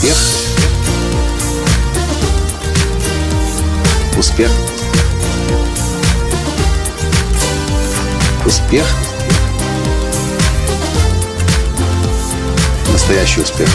Успех. Успех. Успех. Настоящий успех.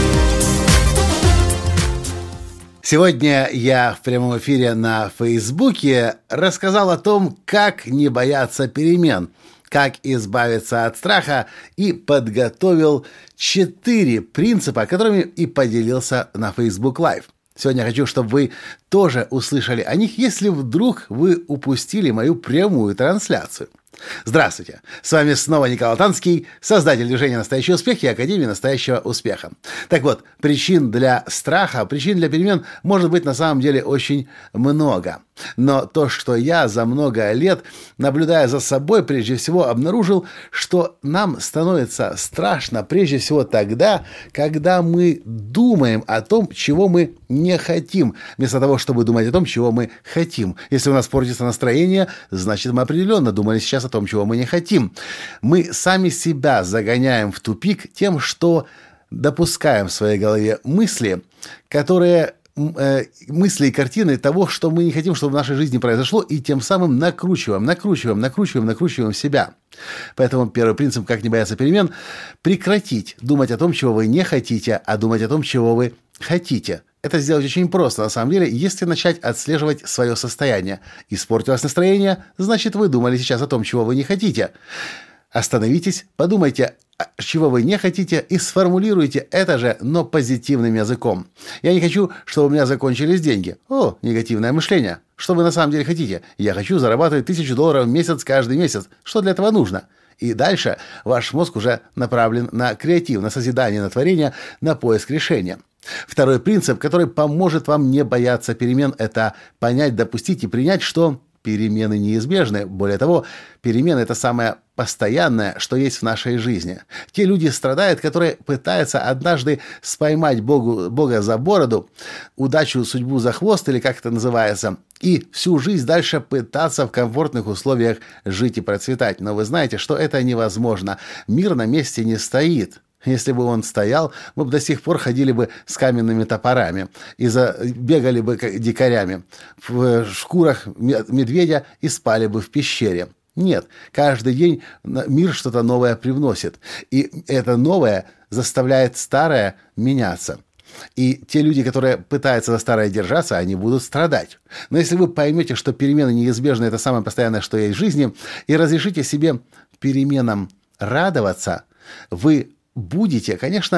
Сегодня я в прямом эфире на Фейсбуке рассказал о том, как не бояться перемен, как избавиться от страха, и подготовил 4 принципа, которыми и поделился на Facebook Live. Сегодня я хочу, чтобы вы тоже услышали о них, если вдруг вы упустили мою прямую трансляцию. Здравствуйте! С вами снова Николай Танский, создатель движения «Настоящий успех» и Академии настоящего успеха. Так вот, причин для страха, причин для перемен может быть на самом деле очень много. Но то, что я за много лет, наблюдая за собой, прежде всего обнаружил, что нам становится страшно прежде всего тогда, когда мы думаем о том, чего мы не хотим, вместо того, чтобы думать о том, чего мы хотим. Если у нас портится настроение, значит, мы определенно думали сейчас о том, чего мы не хотим. Мы сами себя загоняем в тупик тем, что допускаем в своей голове мысли, мысли и картины того, что мы не хотим, чтобы в нашей жизни произошло, и тем самым накручиваем себя. Поэтому первый принцип, как не бояться перемен, прекратить думать о том, чего вы не хотите, а думать о том, чего вы хотите. Это сделать очень просто, на самом деле, если начать отслеживать свое состояние. Испортилось настроение, значит, вы думали сейчас о том, чего вы не хотите. Остановитесь, подумайте, чего вы не хотите, и сформулируйте это же, но позитивным языком. Я не хочу, чтобы у меня закончились деньги. О, негативное мышление. Что вы на самом деле хотите? Я хочу зарабатывать $1000 в месяц каждый месяц. Что для этого нужно? И дальше ваш мозг уже направлен на креатив, на созидание, на творение, на поиск решения. Второй принцип, который поможет вам не бояться перемен, это понять, допустить и принять, что перемены неизбежны. Более того, перемены – это самое постоянное, что есть в нашей жизни. Те люди страдают, которые пытаются однажды споймать Бога за бороду, удачу, судьбу за хвост, или как это называется, и всю жизнь дальше пытаться в комфортных условиях жить и процветать. Но вы знаете, что это невозможно. Мир на месте не стоит. Если бы он стоял, мы бы до сих пор ходили бы с каменными топорами и бегали бы дикарями в шкурах медведя и спали бы в пещере. Нет, каждый день мир что-то новое привносит, и это новое заставляет старое меняться. И те люди, которые пытаются за старое держаться, они будут страдать. Но если вы поймете, что перемены неизбежны, это самое постоянное, что есть в жизни, и разрешите себе переменам радоваться, вы будете, конечно,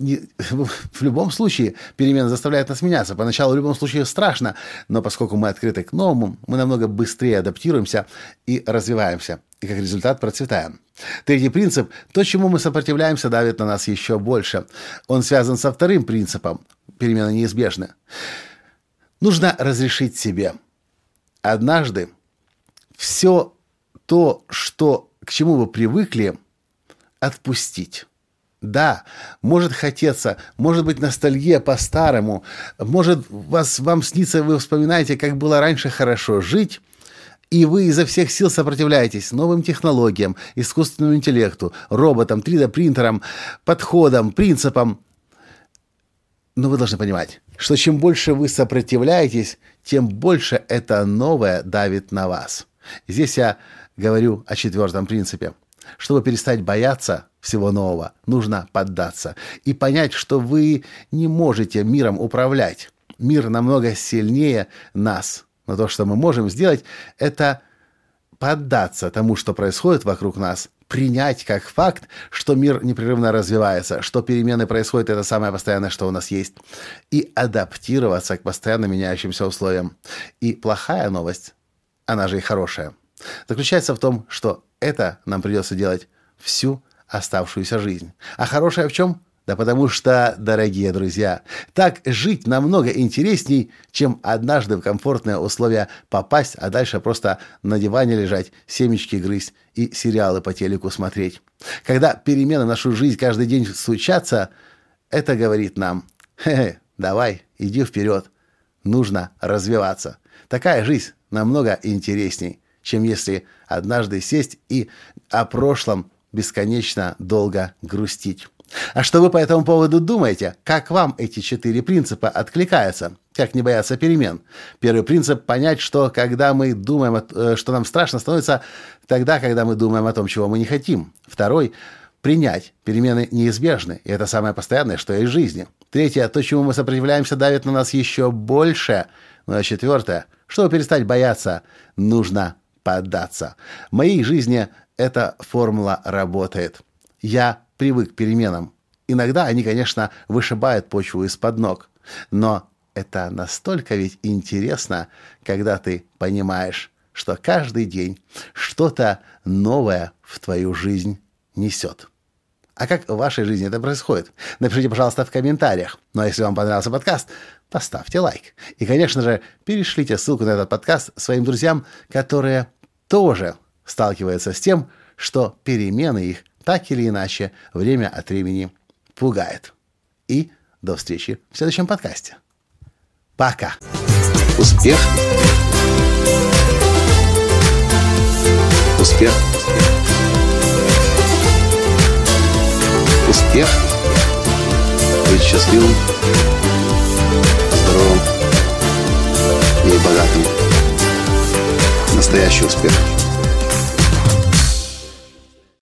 в любом случае перемены заставляют нас меняться. Поначалу в любом случае страшно, но поскольку мы открыты к новому, мы намного быстрее адаптируемся и развиваемся. И как результат процветаем. Третий принцип – то, чему мы сопротивляемся, давит на нас еще больше. Он связан со вторым принципом – перемены неизбежны. Нужно разрешить себе однажды все то, к чему вы привыкли, отпустить. Да, может хотеться, может быть ностальгия по-старому, может вам снится, вы вспоминаете, как было раньше хорошо жить, и вы изо всех сил сопротивляетесь новым технологиям, искусственному интеллекту, роботам, 3D-принтерам, подходам, принципам. Но вы должны понимать, что чем больше вы сопротивляетесь, тем больше это новое давит на вас. Здесь я говорю о 4-м принципе. Чтобы перестать бояться всего нового, нужно поддаться и понять, что вы не можете миром управлять. Мир намного сильнее нас. Но то, что мы можем сделать, это поддаться тому, что происходит вокруг нас, принять как факт, что мир непрерывно развивается, что перемены происходят, это самое постоянное, что у нас есть, и адаптироваться к постоянно меняющимся условиям. И плохая новость, она же и хорошая, заключается в том, что это нам придется делать всю оставшуюся жизнь. А хорошее в чем? Да потому что, дорогие друзья, так жить намного интересней, чем однажды в комфортные условия попасть, а дальше просто на диване лежать, семечки грызть и сериалы по телеку смотреть. Когда перемены в нашу жизнь каждый день случатся, это говорит нам: давай, иди вперед, нужно развиваться. Такая жизнь намного интересней, чем если однажды сесть и о прошлом бесконечно долго грустить. А что вы по этому поводу думаете? Как вам эти 4 принципа откликаются? Как не бояться перемен? Первый принцип – понять, что когда мы думаем, что нам страшно, становится тогда, когда мы думаем о том, чего мы не хотим. Второй – принять. Перемены неизбежны, и это самое постоянное, что есть в жизни. Третье – то, чему мы сопротивляемся, давит на нас еще больше. Ну а четвертое – чтобы перестать бояться, нужно поддаться. В моей жизни эта формула работает. Я привык к переменам. Иногда они, конечно, вышибают почву из-под ног. Но это настолько ведь интересно, когда ты понимаешь, что каждый день что-то новое в твою жизнь несет. А как в вашей жизни это происходит? Напишите, пожалуйста, в комментариях. Ну а если вам понравился подкаст, поставьте лайк. И, конечно же, перешлите ссылку на этот подкаст своим друзьям, которые тоже сталкиваются с тем, что перемены их так или иначе время от времени пугает. И до встречи в следующем подкасте. Пока. Успех. Успех. Успех. Быть счастливым, здоровым и богатым. Настоящий успех.